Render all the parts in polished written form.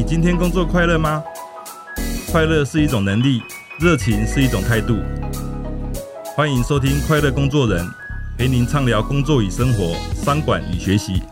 今天工作快乐吗？快乐是一种能力，热情是一种态度。欢迎收听快乐工作人，陪您畅聊工作与生活、商管与学习。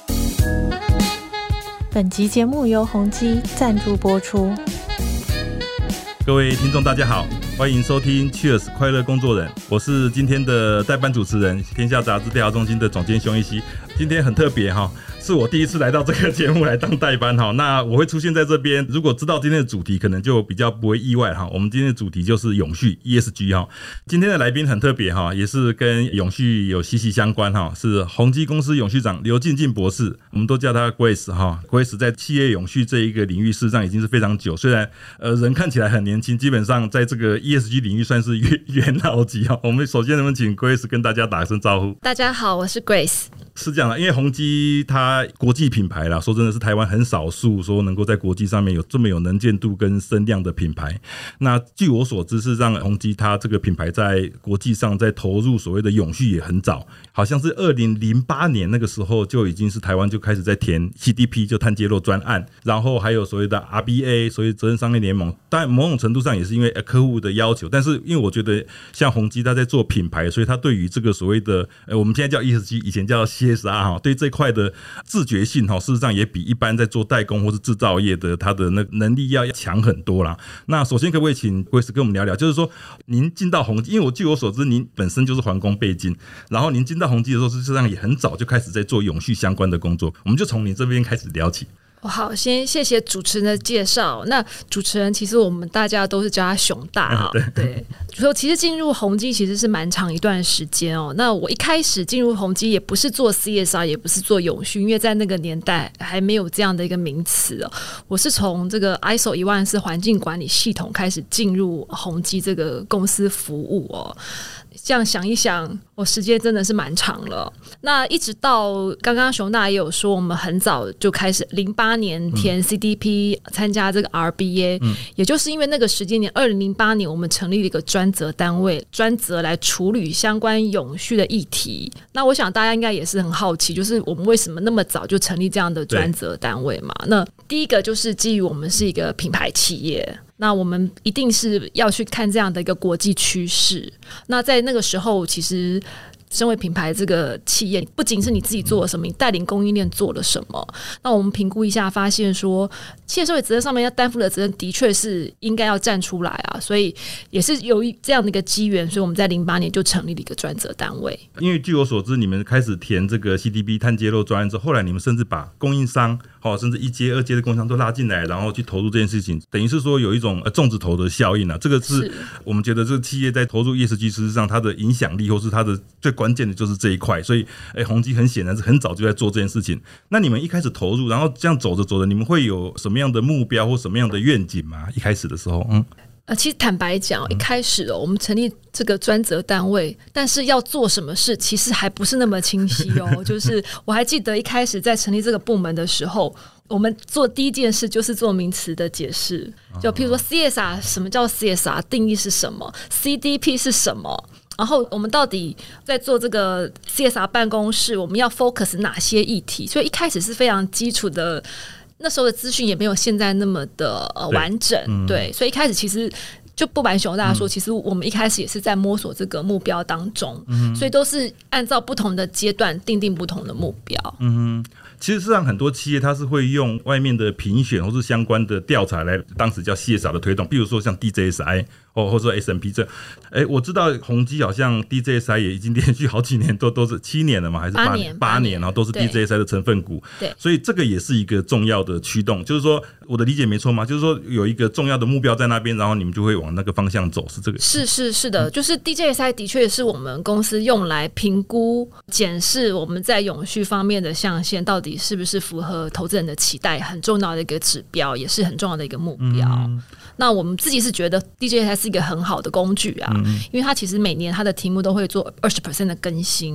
本集节目由宏基赞助播出。 各位听众大家好，欢迎收听 Cheers 快乐工作人，我是今天的代班主持人，天下杂志调查中心的总监熊一熙。今天很特别哈，是我第一次来到这个节目来当代班哈。那我会出现在这边，如果知道今天的主题，可能就比较不会意外哈。我们今天的主题就是永续 ESG 哈。今天的来宾很特别哈，也是跟永续有息息相关哈，是宏基公司永续长刘进进博士，我们都叫他 Grace 哈。Grace 在企业永续这一个领域，事实上已经是非常久，虽然人看起来很年轻，基本上在这个 ESG 领域算是元老级哈。我们首先能不能请 Grace 跟大家打声招呼？ 大家好，我是 Grace。 是这样的，因为宏基它国际品牌啦，说真的是台湾很少数说能够在国际上面有这么有能见度跟声量的品牌。那据我所知，是让宏基它这个品牌在国际上在投入所谓的永续也很早，好像是2008年那个时候就已经是台湾就开始在填 CDP 就碳揭露专案，然后还有所谓的 RBA 所谓责任商业联盟。当然某种程度上也是因为客户的要求，但是因为我觉得像宏基它在做品牌，所以它对于这个所谓的我们现在叫 ESG， 以前叫CSR 对这一块的自觉性事实上也比一般在做代工或是制造业的它的那能力要强很多啦。那首先可不可以请 Grace 跟我们聊聊，就是说您进到宏基，因为据我所知您本身就是环工背景，然后您进到宏基的时候事实上也很早就开始在做永续相关的工作，我们就从你这边开始聊起。 好，先谢谢主持人的介绍。那主持人其实我们大家都是叫他熊大对。所以其实进入宏基其实是蛮长一段时间哦。那我一开始进入宏基也不是做 CSR， 也不是做永续，因为在那个年代还没有这样的一个名词哦。我是从这个 ISO 14000环境管理系统开始进入宏基这个公司服务哦。这样想一想，我时间真的是蛮长了。那一直到刚刚熊大也有说，我们很早就开始08年填 CDP 参加这个 RBA，也就是因为那个时间点2008年我们成立了一个专责单位，专责来处理相关永续的议题。那我想大家应该也是很好奇，就是我们为什么那么早就成立这样的专责单位嘛？那第一个就是基于我们是一个品牌企业，那我们一定是要去看这样的一个国际趋势。那在那个时候，其实身为品牌这个企业，不仅是你自己做了什么，你带领供应链做了什么。那我们评估一下，发现说企业社会责任上面要担负的责任的确是应该要站出来啊，所以也是有这样的一个机缘，所以我们在08年就成立了一个专责单位。 因为据我所知，你们开始填这个 CDP 碳揭露专案之后，后来你们甚至把供应商甚至1阶2阶的供应商都拉进来，然后去投入这件事情，等于是说有一种粽子头的效应啊。这个是我们觉得这个企业在投入 ESG 事实上它的影响力或是它的最关键的就是这一块，所以宏基很显然是很早就在做这件事情。那你们一开始投入，然后这样走着走着，你们会有什么样的目标或什么样的愿景吗？一开始的时候其实坦白讲，一开始我们成立这个专责单位，但是要做什么事其实还不是那么清晰哦。就是我还记得一开始在成立这个部门的时候，我们做第一件事就是做名词的解释，就譬如说 CSR， 什么叫 CSR， 定义是什么， CDP 是什么，然后我们到底在做这个 CSR 办公室我们要 focus 哪些议题。所以一开始是非常基础的，那时候的资讯也没有现在那么的完整，对，所以一开始其实就不瞒熊大家说，其实我们一开始也是在摸索这个目标当中，所以都是按照不同的阶段定不同的目标。 其实事实上很多企业它是会用外面的评选或是相关的调查来当时叫 CSR 的推动，比如说像 DJSI 或者说 S&P 这我知道宏基好像 DJSI 也已经连续好几年都是7年了嘛，还是8年然后都是 DJSI 的成分股，对，所以这个也是一个重要的驱动。就是说我的理解没错吗？就是说有一个重要的目标在那边，然后你们就会往那个方向走，是这个？是的，就是 DJSI 的确是我们公司用来评估检视我们在永续方面的象限到底是不是符合投资人的期待，很重要的一个指标，也是很重要的一个目标。那我们自己是觉得 DJSI 是一个很好的工具啊，因为它其实每年它的题目都会做 20% 的更新，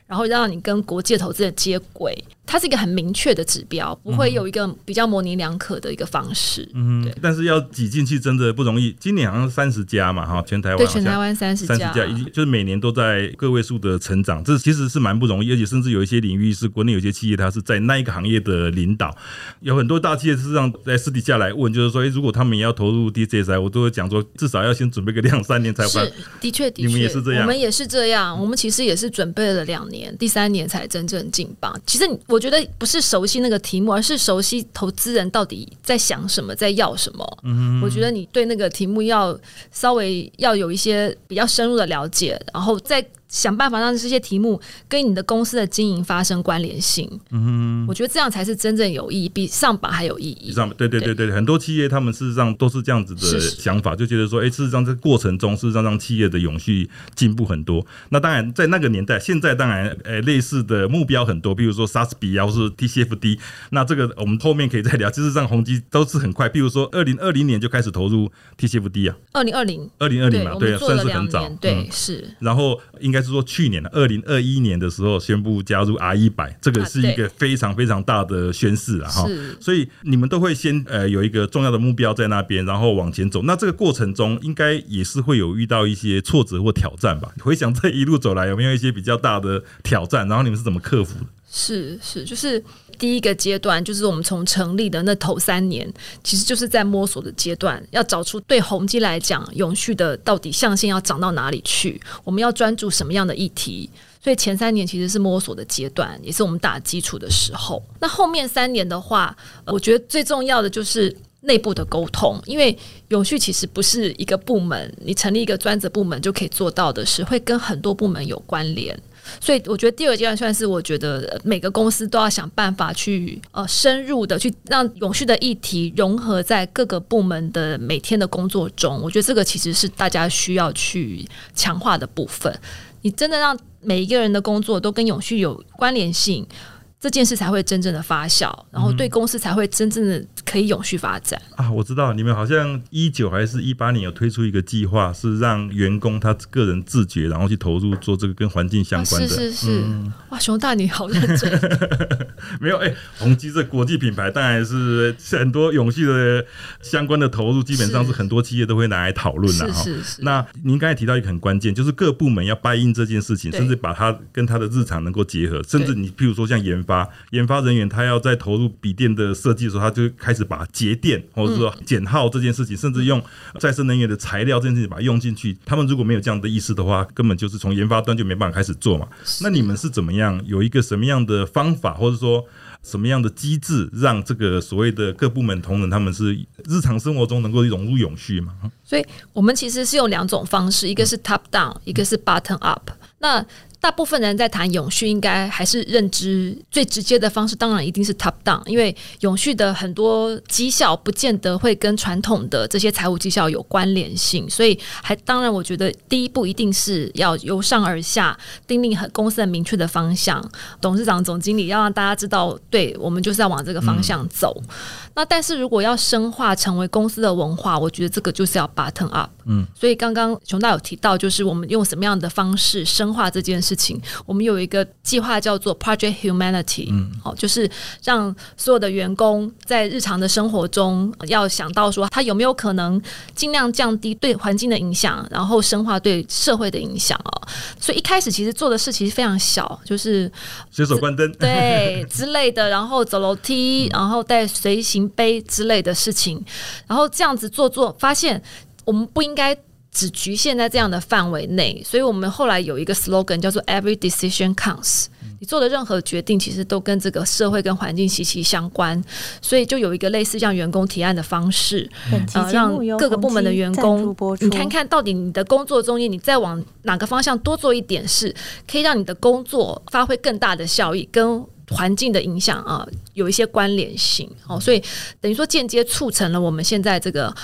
然后让你跟国际投资人接轨。它是一个很明确的指标，不会有一个比较模棱两可的一个方式。对， 但是要挤进去真的不容易。今年好像30家嘛，全台湾对，全台湾30家， 就是每年都在个位数的成长，这其实是蛮不容易，而且甚至有一些领域是国内有些企业它是在那一个行业的领导，有很多大企业事实上在私底下来问，就是说，如果他们也要投入 DJSI， 我都会讲说，至少要先准备个2-3年才有办法。 是，的确， 你们也是这样， 我们也是这样，我们其实也是准备了2年，第3年才真正进榜。其实我觉得不是熟悉那个题目，而是熟悉投资人到底在想什么，在要什么。我觉得你对那个题目要稍微要有一些比较深入的了解，然后再想办法让这些题目跟你的公司的经营发生关联性。我觉得这样才是真正有意义，比上榜还有意义。 对，很多企业他们事实上都是这样子的想法，就觉得说，事实上这过程中，事实上让企业的永续进步很多。那当然，在那个年代，现在当然，类似的目标很多，比如说 SASB 或是 TCFD。那这个我们后面可以再聊。事实上，宏基都是很快，比如说2020年就开始投入 TCFD 啊，2020嘛，对，算是很早， 对，是。 然后应该是说去年2021年的时候宣布加入 R100， 这个是一个非常非常大的宣示啦，所以你们都会先有一个重要的目标在那边，然后往前走。那这个过程中应该也是会有遇到一些挫折或挑战吧？回想这一路走来，有没有一些比较大的挑战？然后你们是怎么克服的？ 是，就是第一个阶段，就是我们从成立的那头3年，其实就是在摸索的阶段，要找出对宏基来讲永续的到底象限要长到哪里去，我们要专注什么样的议题。所以前3年其实是摸索的阶段，也是我们打基础的时候。那后面3年的话，我觉得最重要的就是内部的沟通，因为永续其实不是一个部门，你成立一个专责部门就可以做到的事，会跟很多部门有关联。所以我觉得第2阶段算是我觉得每个公司都要想办法去深入的去让永续的议题融合在各个部门的每天的工作中。我觉得这个其实是大家需要去强化的部分。你真的让每一个人的工作都跟永续有关联性，这件事才会真正的发酵，然后对公司才会真正的可以永续发展啊！我知道你们好像19还是18年有推出一个计划，是让员工他个人自觉，然后去投入做这个跟环境相关的。 是，哇，熊大你好认真。 没有宏基这国际品牌，当然是很多永续的相关的投入，基本上是很多企业都会拿来讨论的。 是。 那您刚才提到一个很关键，就是各部门要buy in这件事情，甚至把它跟它的日常能够结合，甚至你譬如说像研发人员他要在投入笔电的设计的时候，他就开始把节电或者说减耗这件事情，甚至用再生能源的材料这件事情把它用进去。他们如果没有这样的意识的话，根本就是从研发端就没办法开始做嘛。那你们是怎么样有一个什么样的方法，或者说什么样的机制，让这个所谓的各部门同仁他们是日常生活中能够融入永续嘛？ 所以我们其实是用2种方式，一个是 top down， 一个是 bottom up。那大部分人在谈永续，应该还是认知最直接的方式，当然一定是 top down， 因为永续的很多绩效不见得会跟传统的这些财务绩效有关联性，所以当然我觉得第一步一定是要由上而下订立公司很明确的方向，董事长、总经理要让大家知道，对，我们就是要往这个方向走。那但是如果要深化成为公司的文化，我觉得这个就是要 bottom up。所以刚刚熊大有提到，就是我们用什么样的方式深化这件事情，我们有一个计划叫做 Project Humanity，就是让所有的员工在日常的生活中要想到说，他有没有可能尽量降低对环境的影响，然后深化对社会的影响。所以一开始其实做的事其实非常小，就是随手关灯对之类的，然后走楼梯，然后带随行杯之类的事情，然后这样子做发现我们不应该只局限在这样的范围内，所以我们后来有一个 slogan 叫做 Every decision counts， 你做的任何决定其实都跟这个社会跟环境息息相关，所以就有一个类似像员工提案的方式，让各个部门的员工你看看到底你的工作中间你再往哪个方向多做一点事，可以让你的工作发挥更大的效益，跟环境的影响有一些关联性，所以等于说间接促成了我们现在这个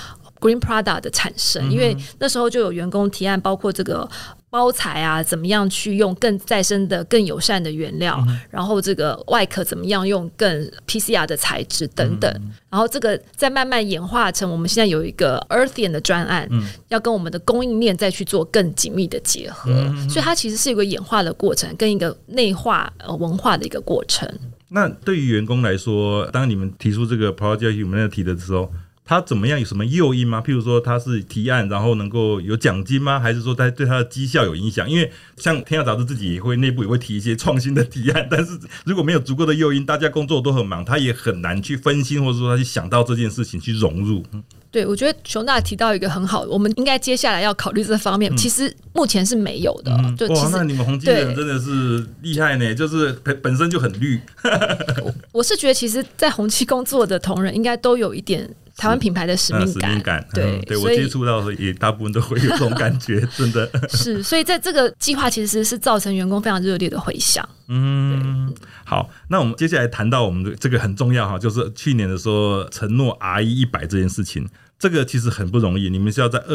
Green Prada 的产生，因为那时候就有员工提案，包括这个包材啊，怎么样去用更再生的、更友善的原料，然后这个外壳怎么样用更 PCR 的材质等等，然后这个再慢慢演化成我们现在有一个 Earthian 的专案，要跟我们的供应链再去做更紧密的结合，所以它其实是一个演化的过程，跟一个内化文化的一个过程。 那对于员工来说，当你们提出这个 Project Humanity 的时候，他怎么样？有什么诱因吗？譬如说他是提案，然后能够有奖金吗？还是说他对他的绩效有影响？因为像天下杂志自己也会内部也会提一些创新的提案，但是如果没有足够的诱因，大家工作都很忙，他也很难去分心，或者说他去想到这件事情去融入。 对，我觉得熊大提到一个很好，我们应该接下来要考虑这方面。其实目前是没有的。 哇，那你们宏基人真的是厉害呢，就是本身就很绿。 我是觉得，其实，在宏基工作的同仁应该都有一点台湾品牌的使命感。 对，我接触到的也大部分都会有这种感觉，真的是。所以在这个计划其实是造成员工非常热烈的回响。 好，那我们接下来谈到我们的这个很重要哈，就是去年的时候承诺 RE100 这件事情。这个其实很不容易，你们是要在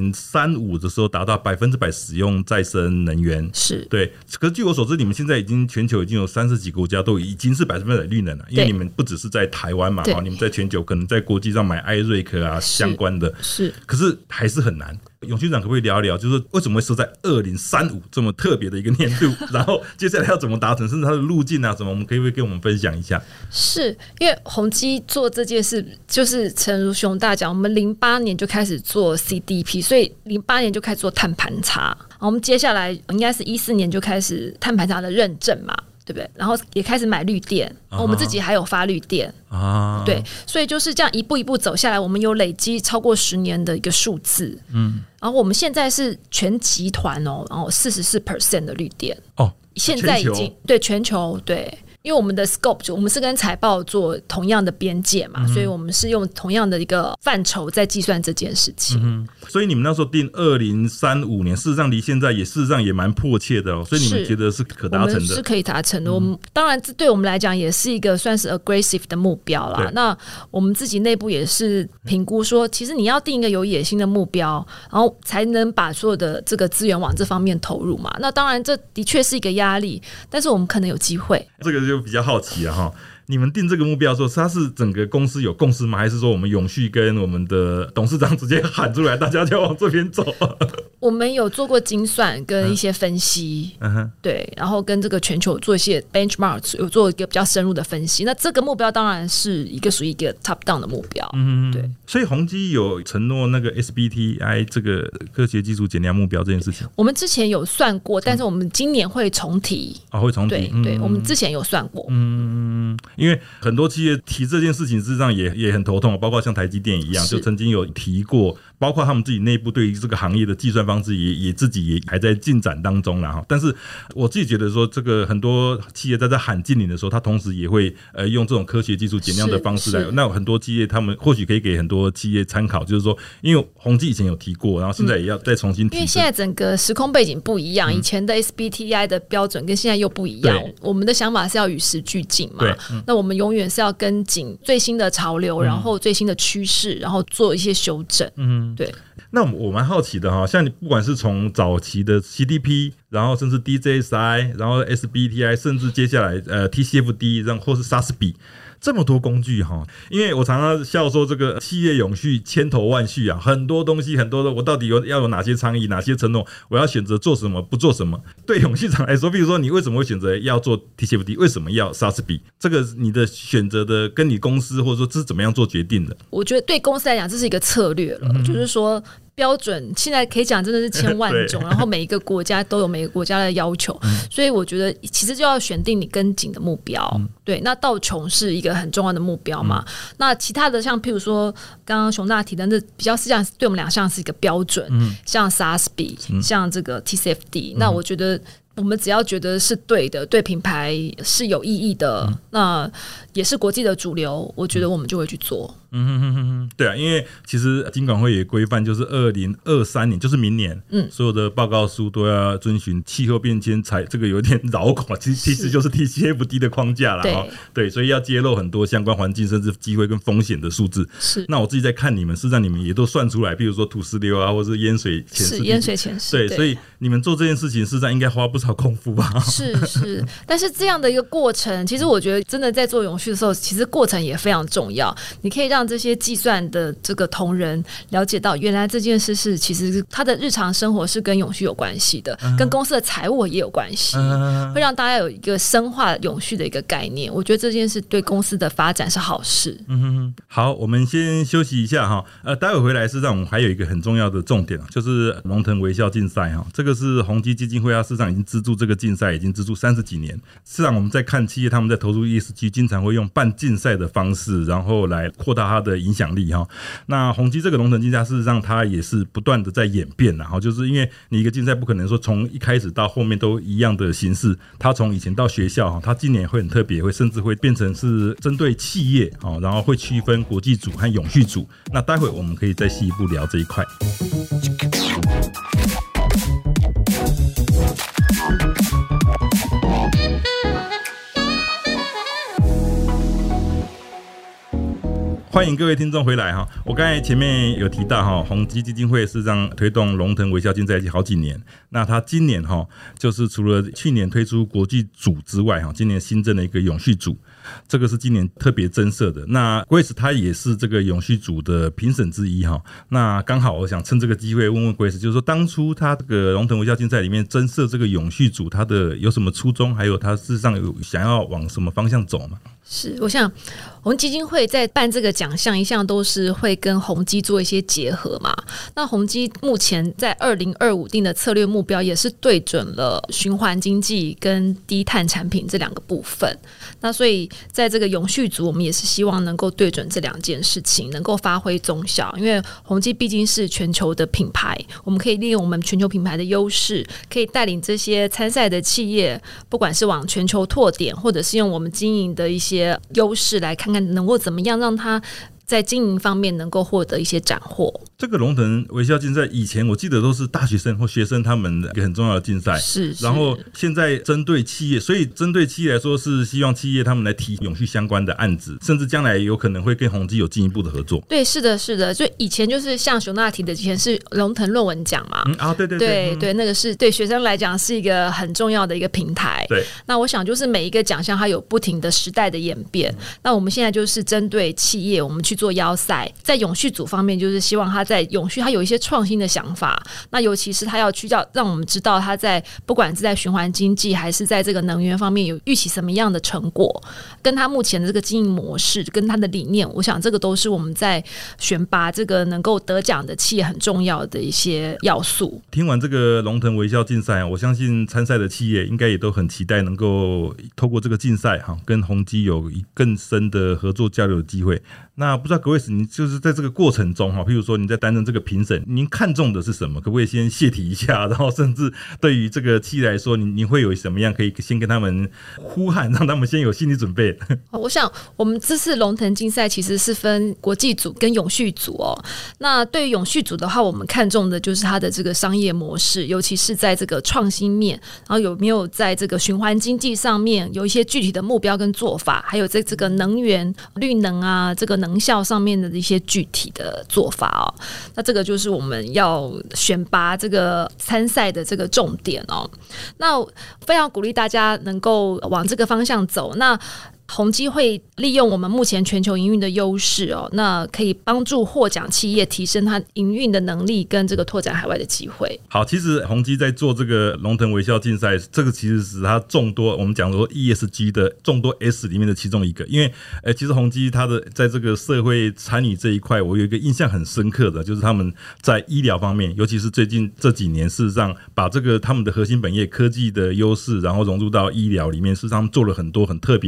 2035的时候达到100%使用再生能源， 是对。可是据我所知，你们现在全球已经有30几国家都已经是100%绿能了，因为你们不只是在台湾嘛，你们在全球可能在国际上买艾瑞克啊相关的， 是。可是还是很难。永续长可不可以聊一聊，就是为什么会设在2035这么特别的一个年度，然后接下来要怎么达成，甚至它的路径啊什么，我们可以跟我们分享一下？ 是因为宏基做这件事，就是诚如熊大讲，我们08年就开始做 CDP， 所以08年就开始做碳盘查，然后我们接下来应该是14年就开始碳盘查的认证嘛，对不对？然后也开始买绿电，我们自己还有发绿电啊，对，所以就是这样一步一步走下来，我们有累积超过10年的一个数字，然后我们现在是全集团然后44% 的绿电哦，现在已经对全球对。因为我们的 scope 我们是跟财报做同样的边界嘛，所以我们是用同样的一个范畴在计算这件事情。 所以你们那时候定2035年，事实上离现在事实上也蛮迫切的所以你们觉得是可达成的？ 我们是可以达成的。我们当然这对我们来讲也是一个算是 aggressive 的目标啦。那我们自己内部也是评估说，其实你要定一个有野心的目标，然后才能把所有的这个资源往这方面投入嘛。那当然这的确是一个压力，但是我们可能有机会。 这个就比较好奇了哈，你们定这个目标的时候，它是整个公司有共识吗？还是说我们永续跟我们的董事长直接喊出来，大家就要往这边走？ 我们有做过精算跟一些分析，对，然后跟这个全球做一些 benchmark， 有做一个比较深入的分析。那这个目标当然是属于一个 top down 的目标，对。 所以宏基有承诺那个 SBTI 这个科学技术减量目标这件事情， 我们之前有算过，但是我们今年会重提会重提， 对，我们之前有算过， 因为很多企业提这件事情，事实上也很头痛，包括像台积电一样，就曾经有提过，包括他们自己内部对于这个行业的计算方式也自己也还在进展当中啦。但是我自己觉得说，这个很多企业在喊净零的时候，它同时也会用这种科学技术减量的方式来。那很多企业他们或许可以给很多企业参考，就是说，因为宏基以前有提过，然后现在也要再重新提， 因为现在整个时空背景不一样，以前的 SBTI 的标准跟现在又不一样。我们的想法是要与时俱进嘛，那我们永远是要跟紧最新的潮流，然后最新的趋势，然后做一些修正。对。 那我蛮好奇的哈，像你不管是从早期的 CDP， 然后甚至 DJSI， 然后 SBTI， 甚至接下来TCFD， 然后或是 SASB。这么多工具哈，因为我常常笑说这个企业永续千头万绪啊，很多东西很多的，我到底要有哪些倡议，哪些承诺，我要选择做什么，不做什么。对永续长来说，比如说你为什么会选择要做 TCFD， 为什么要 SASB， 这个你的选择的跟你公司或者说这是怎么样做决定的？ 我觉得对公司来讲，这是一个策略了，就是说。标准现在可以讲真的是千万种，然后每一个国家都有每个国家的要求，所以我觉得其实就要选定你跟紧的目标。对，那道琼是一个很重要的目标嘛。那其他的像譬如说刚刚熊大提的，那比较是这样，对我们俩像是一个标准，像 SASB，像这个 TCFD，那我觉得我们只要觉得是对的，对品牌是有意义的，那也是国际的主流，我觉得我们就会去做。 对啊，因为其实金管会也规范，就是2023年，就是明年，所有的报告书都要遵循气候变迁才，这个有点绕口，其实就是 TCFD 的框架啦。对，所以要揭露很多相关环境甚至机会跟风险的数字。是，那我自己在看你们，事实上你们也都算出来，比如说土石流啊，或是淹水潜势， 淹水潜势。 对，所以你们做这件事情，事实上应该花不少功夫吧？ 是，但是这样的一个过程，其实我觉得真的在做永续的时候，其实过程也非常重要。你可以让这些计算的这个同仁了解到，原来这件事是其实他的日常生活是跟永续有关系的，跟公司的财务也有关系，会让大家有一个深化永续的一个概念。我觉得这件事对公司的发展是好事。 好，我们先休息一下哈。待会回来是让我们还有一个很重要的重点，就是龙腾微笑竞赛哈。这个是宏基基金会，事实上已经资助这个竞赛已经资助30几年。事实上我们在看企业他们在投入 ESG， 经常会用办竞赛的方式，然后来扩大它的影响力哈。那宏基这个龙腾竞赛，事实上它也是不断的在演变，然后就是因为你一个竞赛不可能说从一开始到后面都一样的形式，它从以前到学校，它今年会很特别，会甚至会变成是针对企业，然后会区分国际组和永续组。那待会我们可以再细一步聊这一块。欢迎各位听众回来哈！我刚才前面有提到哈，宏基基金会是让推动龙腾微笑竞赛好几年。那他今年哈，就是除了去年推出国际组之外哈，今年新增了一个永续组，这个是今年特别增设的。那 Grace 他也是这个永续组的评审之一哈。那刚好我想趁这个机会问问 Grace， 就是说当初他这个龙腾微笑竞赛里面增设这个永续组，他的有什么初衷？还有他事实上有想要往什么方向走吗？ 是，我想我们基金会在办这个奖项一向都是会跟宏基做一些结合嘛。那宏基目前在2025定的策略目标也是对准了循环经济跟低碳产品这两个部分。那所以在这个永续组，我们也是希望能够对准这两件事情，能够发挥综效。因为宏基毕竟是全球的品牌，我们可以利用我们全球品牌的优势，可以带领这些参赛的企业，不管是往全球拓点，或者是用我们经营的一些优势来看看能够怎么样让它在经营方面能够获得一些斩获。 这个龙腾微笑竞赛以前我记得都是大学生或学生他们一个很重要的竞赛， 是。 然后现在针对企业，所以针对企业来说是希望企业他们来提永续相关的案子，甚至将来有可能会跟宏基有进一步的合作。 对，是的，是的。就以前就是像熊大提的，以前是龙腾论文奖嘛，对，那个是对学生来讲是一个很重要的一个平台。 对， 那我想就是每一个奖项它有不停的时代的演变。那我们现在就是针对企业，我们去做邀赛，在永续组方面，就是希望他在永续他有一些创新的想法。那尤其是他要去让我们知道他在不管是在循环经济还是在这个能源方面有预期什么样的成果，跟他目前的这个经营模式跟他的理念，我想这个都是我们在选拔这个能够得奖的企业很重要的一些要素。 听完这个龙腾微笑竞赛，我相信参赛的企业应该也都很期待能够透过这个竞赛跟宏基有更深的合作交流的机会。那不知道各位，你就是在这个过程中譬如说你在担任这个评审，您看中的是什么？可不可以先泄题一下？然后甚至对于这个企业来说，你会有什么样可以先跟他们呼喊，让他们先有心理准备？ 我想我们这次龙腾竞赛其实是分国际组跟永续组哦。那对于永续组的话，我们看重的就是它的这个商业模式，尤其是在这个创新面，然后有没有在这个循环经济上面有一些具体的目标跟做法，还有在这个能源、绿能啊，这个能效上面的一些具体的做法哦。那这个就是我们要选拔这个参赛的这个重点哦。那非常鼓励大家能够往这个方向走。那宏基会利用我们目前全球营运的优势哦，那可以帮助获奖企业提升它营运的能力跟这个拓展海外的机会。 好，其实宏基在做这个龙腾微笑竞赛，这个其实是它众多我们讲说 ESG 的众多 S 里面的其中一个。因为其实宏基它的在这个社会参与这一块，我有一个印象很深刻的，就是他们在医疗方面，尤其是最近这几年，事实上把这个他们的核心本业科技的优势，然后融入到医疗里面，事实上做了很多很特别的事情。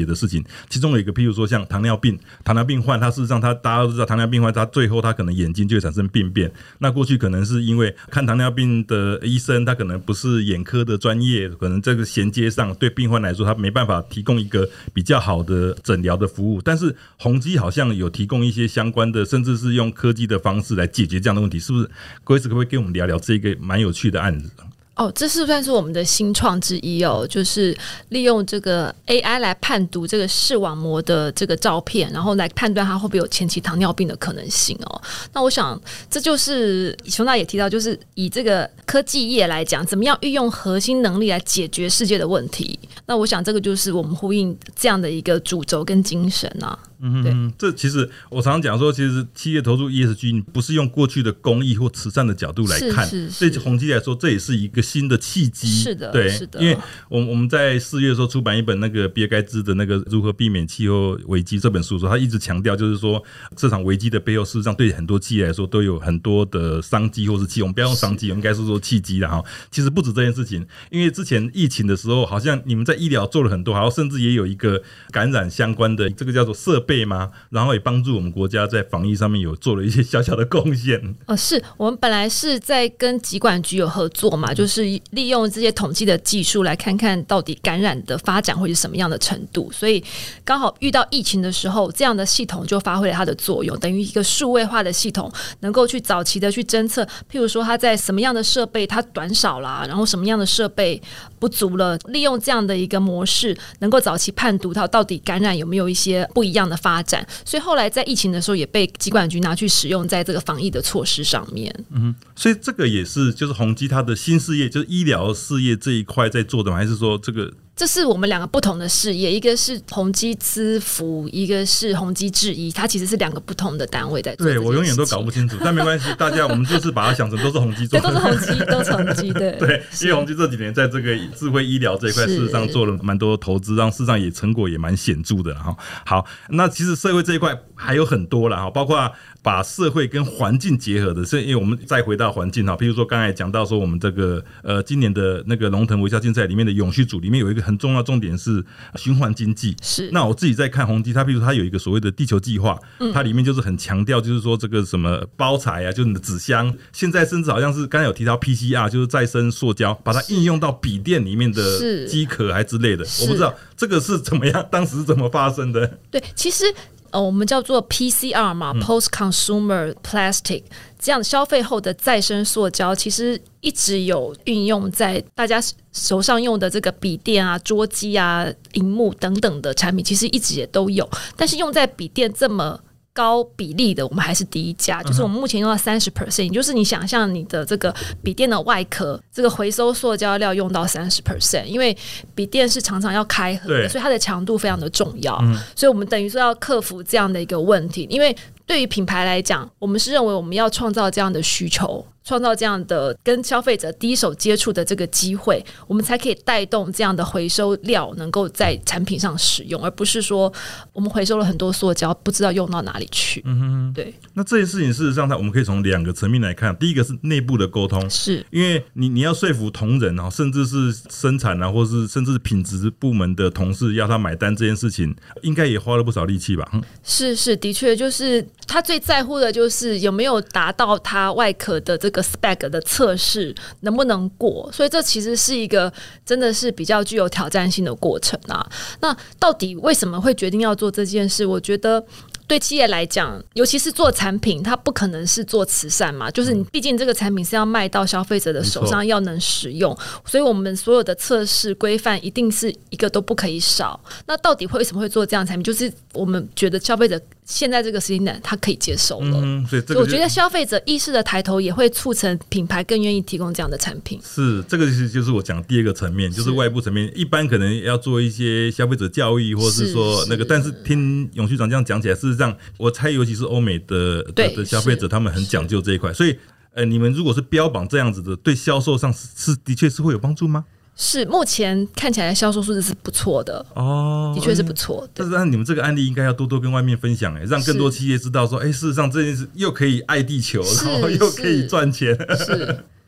其中有一个譬如说像糖尿病患，他事实上大家都知道糖尿病患他最后他可能眼睛就会产生病变，那过去可能是因为看糖尿病的医生他可能不是眼科的专业，可能这个衔接上对病患来说他没办法提供一个比较好的诊疗的服务，但是宏基好像有提供一些相关的，甚至是用科技的方式来解决这样的问题，是不是Grace可不可以跟我们聊聊这个蛮有趣的案子？ 这是算是我们的新创之一就是利用这个 AI 来判读这个视网膜的这个照片，然后来判断它会不会有前期糖尿病的可能性那我想这就是熊大也提到，就是以这个科技业来讲，怎么样运用核心能力来解决世界的问题。那我想这个就是我们呼应这样的一个主轴跟精神对， 这其实我常常讲说，其实企业投入 ESG 不是用过去的公益或慈善的角度来看，对宏基来说，这也是一个新的契机。 是的， 对， 是的。 因为我们在4月的时候出版一本那个比尔盖茨的那个如何避免气候危机这本书的时候，他一直强调就是说，这场危机的背后，事实上对很多企业来说都有很多的商机或是契，我们不要用商机，我们应该是说契机啦哈。其实不止这件事情，因为之前疫情的时候，好像你们在医疗做了很多，好像甚至也有一个感染相关的这个叫做设备吗？然后也帮助我们国家在防疫上面有做了一些小小的贡献。 是我们本来是在跟疾管局有合作嘛，就是利用这些统计的技术来看看到底感染的发展会是什么样的程度，所以刚好遇到疫情的时候，这样的系统就发挥了它的作用，等于一个数位化的系统，能够去早期的去侦测，譬如说它在什么样的设备它短少啦，然后什么样的设备不足了，利用这样的一个模式，能够早期判读到底感染有没有一些不一样的发展，所以后来在疫情的时候也被疾管局拿去使用在这个防疫的措施上面。 所以这个也是就是宏基它的新事业，就是医疗事业这一块在做的吗？还是说这是我们两个不同的事业，一个是宏基资服，一个是宏基制医，它其实是两个不同的单位在做。 对，我永远都搞不清楚，但没关系，大家我们就是把它想成都是宏基做的， 对，都是宏基，都是宏基，对。 对，因为宏基这几年在这个智慧医疗这一块，事实上做了蛮多投资，让事实上也成果也蛮显著的哈。好，那其实社会这一块还有很多啦哈，包括把社会跟环境结合的，是因为我们再回到环境哈，譬如说刚才讲到说我们这个今年的那个龙腾微笑竞赛里面的永续组里面有一个很重要的重点是循环经济。 是， 那我自己在看宏基，它譬如它有一个所谓的地球计划，它里面就是很强调就是说这个什么包材啊，就是你的纸箱，现在甚至好像是刚才有提到 PCR， 就是再生塑胶，把它应用到笔电里面的机壳还之类的，我不知道这个是怎么样，当时是怎么发生的？ 对，其实我们叫做 PCR 嘛，Post Consumer Plastic， 这样消费后的再生塑胶，其实一直有运用在大家手上用的这个笔电啊、桌机啊、萤幕等等的产品，其实一直也都有，但是用在笔电这么高比例的，我们还是第一家，就是我们目前用到 30%， 也就是你想象你的这个笔电的外壳，这个回收塑胶料用到 30%， 因为笔电是常常要开合的，所以它的强度非常的重要，所以我们等于说要克服这样的一个问题，因为对于品牌来讲，我们是认为我们要创造这样的需求，创造这样的跟消费者第一手接触的这个机会，我们才可以带动这样的回收料能够在产品上使用，而不是说我们回收了很多塑胶不知道用到哪里去。对。 那这件事情事实上我们可以从2个层面来看，第一个是内部的沟通， 是因为你要说服同仁甚至是生产或是甚至是品质部门的同事要他买单这件事情，应该也花了不少力气吧？ 是，的确就是他最在乎的就是有没有达到他外壳的这个 spec 的测试能不能过，所以这其实是一个真的是比较具有挑战性的过程啊。那到底为什么会决定要做这件事？我觉得对企业来讲，尤其是做产品，它不可能是做慈善嘛，就是你毕竟这个产品是要卖到消费者的手上，要能使用，所以我们所有的测试规范一定是一个都不可以少。那到底为什么会做这样的产品？就是我们觉得消费者现在这个时间点他可以接受了， 所以我觉得消费者意识的抬头也会促成品牌更愿意提供这样的产品。 是，这个就是我讲第2个层面，就是外部层面，一般可能要做一些消费者教育，或是说那个，但是听永续长这样讲起来，事实上我猜尤其是欧美的消费者，他们很讲究这一块，所以你们如果是标榜这样子的，对销售上是的确是会有帮助吗？ 是，目前看起来销售数字是不错的的确是不错的。 但是你们这个案例应该要多多跟外面分享，让更多企业知道说，事实上这件事又可以爱地球，然后又可以赚钱。 是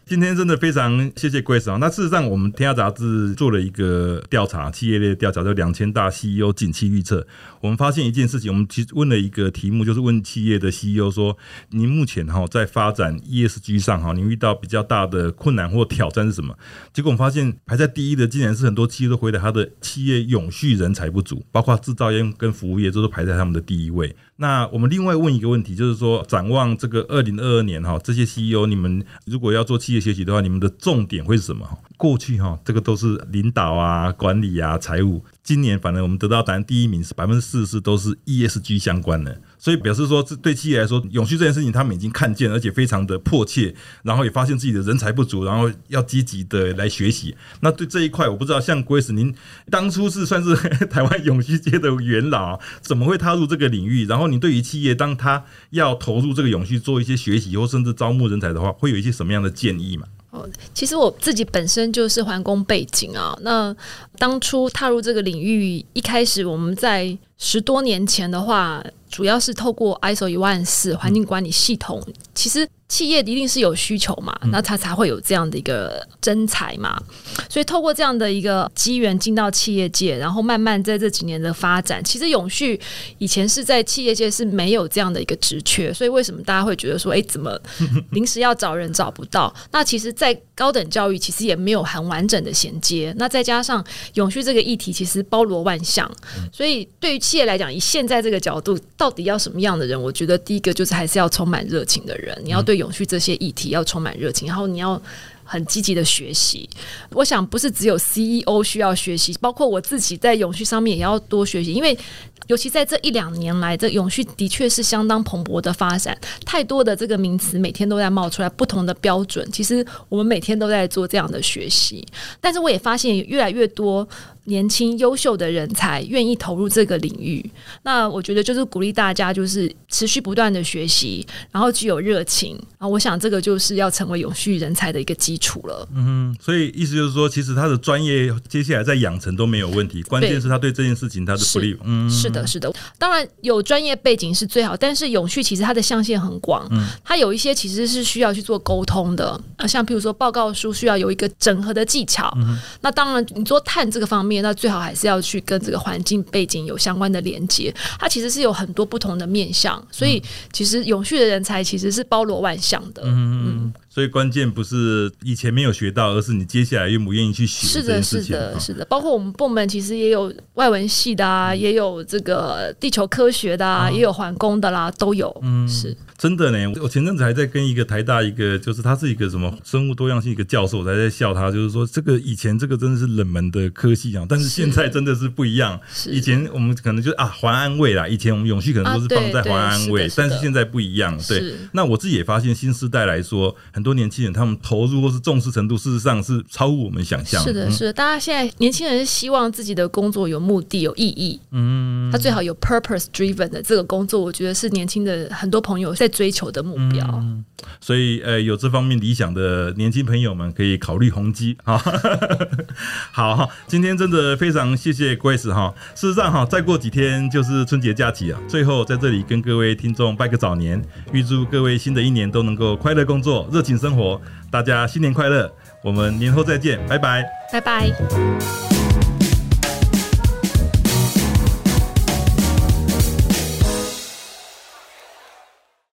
今天真的非常谢谢 Grace 那事实上我们天下杂志做了一个调查，企业类的调查，叫2000大 CEO 景气预测。我们发现一件事情，我们其实问了一个题目，就是问企业的 CEO 说，您目前在发展 ESG 上您遇到比较大的困难或挑战是什么？结果我们发现排在第一的竟然是很多企业都回答他的企业永续人才不足，包括制造业跟服务业都是排在他们的第一位。那我们另外问一个问题，就是说展望这个2022年这些 CEO 你们如果要做企业学习的话，你们的重点会是什么？过去这个都是领导啊、管理啊、财务，今年反而我们得到答案第一名是40%都是 ESG 相关的，所以表示说对企业来说，永续这件事情他们已经看见，而且非常的迫切，然后也发现自己的人才不足，然后要积极的来学习。那对这一块，我不知道像 Grace 您当初是算是台湾永续界的元老怎么会踏入这个领域？然后你对于企业当他要投入这个永续做一些学习或甚至招募人才的话，会有一些什么样的建议吗？ 其实我自己本身就是环工背景那当初踏入这个领域，一开始我们在10多年前的话，主要是透过 ISO 14000环境管理系统，其实企业一定是有需求嘛，那它才会有这样的一个征才嘛，所以透过这样的一个机缘进到企业界，然后慢慢在这几年的发展，其实永续以前是在企业界是没有这样的一个职缺，所以为什么大家会觉得说怎么临时要找人找不到？那其实在高等教育其实也没有很完整的衔接，那再加上永续这个议题其实包罗万象，所以对于企业来讲，以现在这个角度，到底要什么样的人？我觉得第一个就是还是要充满热情的人，你要对永续这些议题要充满热情，然后你要很积极的学习。我想不是只有 CEO 需要学习，包括我自己在永续上面也要多学习，因为尤其在这1-2年来，这永续的确是相当蓬勃的发展，太多的这个名词每天都在冒出来，不同的标准，其实我们每天都在做这样的学习。但是我也发现越来越多年轻优秀的人才愿意投入这个领域，那我觉得就是鼓励大家就是持续不断的学习，然后具有热情，然后我想这个就是要成为永续人才的一个基础了。 所以意思就是说，其实他的专业接下来在养成都没有问题，关键是他对这件事情他的 belief。 是的，当然有专业背景是最好，但是永续其实它的象限很广，它有一些其实是需要去做沟通的，像譬如说报告书需要有一个整合的技巧，那当然你做碳这个方面，那最好还是要去跟这个环境背景有相关的连接，它其实是有很多不同的面向，所以其实永续的人才其实是包罗万象的。 所以关键不是以前没有学到，而是你接下来愿不愿意去学这件事情。 是的，包括我们部门其实也有外文系的也有这个地球科学的也有环工的啦，都有。是真的呢。我前阵子还在跟一个台大就是他是一个什么生物多样性一个教授，我才在笑他，就是说这个以前这个真的是冷门的科系但是现在真的是不一样。以前我们可能就环安卫啦，以前我们永续可能都是放在环安卫，但是现在不一样。对，那我自己也发现新世代来说，很多年轻人他们投入或是重视程度，事实上是超乎我们想象。 是的，大家现在年轻人是希望自己的工作有目的、有意义，他最好有 purpose driven 的这个工作，我觉得是年轻的很多朋友在追求的目标。 所以有这方面理想的年轻朋友们可以考虑宏基。好，今天真的非常谢谢 Grace 事实上再过几天就是春节假期最后在这里跟各位听众拜个早年，预祝各位新的一年都能够快乐工作，热情生活，大家新年快乐，我们年后再见，拜拜。